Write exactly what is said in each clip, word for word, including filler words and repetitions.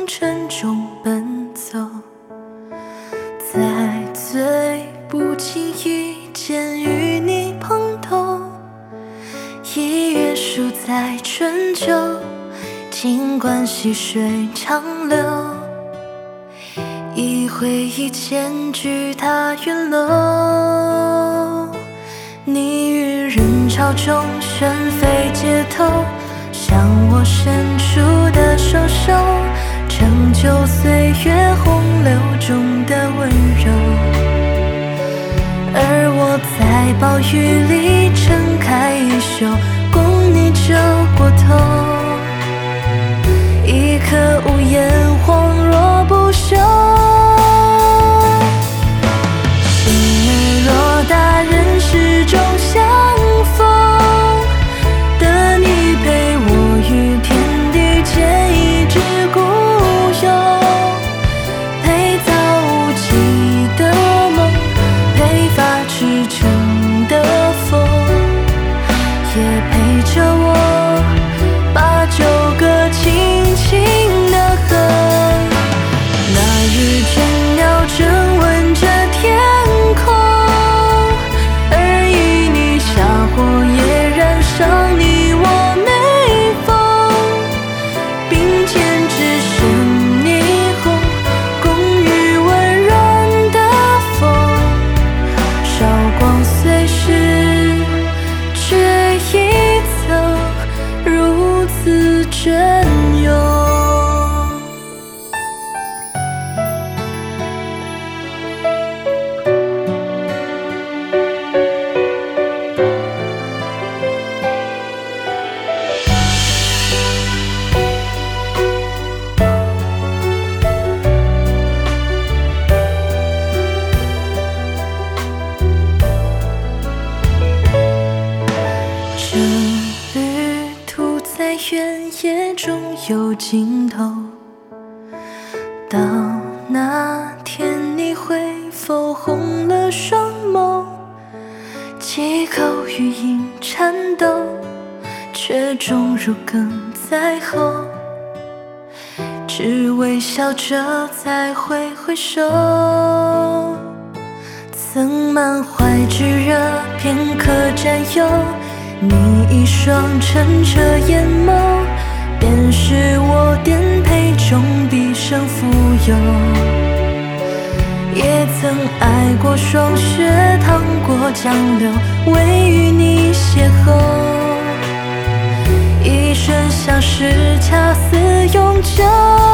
沉重奔走，在最不经意间与你碰头，一约束在春秋，尽管细水长流，一回忆间巨大云楼。你于人潮中旋飞街头，向我伸出的双手，成就岁月洪流中的温柔。而我在暴雨里撑开衣袖，供你遮过头。一颗无言恍若不朽，心儿若大人世中相逢，得你陪我于天地间一直孤游，陪造无际的梦，陪发赤诚的风，也陪着我把九个轻轻的恨。那日倦鸟正吻着天空，而以你下火也燃烧你我眉峰，并肩只剩霓虹，共于温润的风，韶光碎逝，却亦曾如此隽永。这旅途在原野中有尽头，到那天你会否红了双眸？几口语音颤抖，却终如鲠在喉，只微笑着再挥挥手。曾满怀炙热，片刻占有，你一双澄澈眼眸，便是我颠沛中毕生富有。也曾爱过霜雪，淌过江流，为与你邂逅，一瞬相识，恰似永久。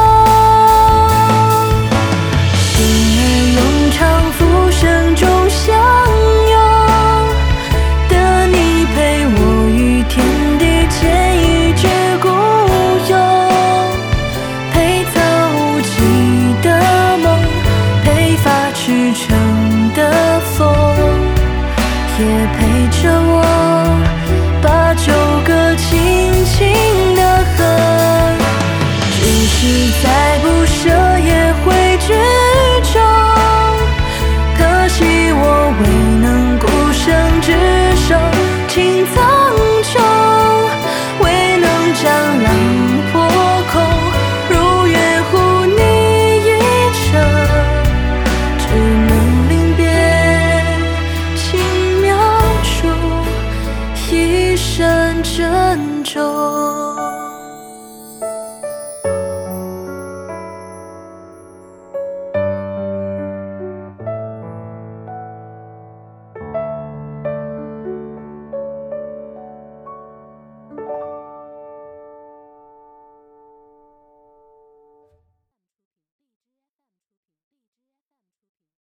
心儿永长，浮生中相拥，得你陪我于天地间一直孤游，陪造无际的梦，陪发赤诚的风，也陪着我把九个轻轻的恨。只是再不舍也会剧终，可惜我未能孤身执手，情苍穹，未能将浪破空，如月护你一程，只能临别轻描处，一身珍重。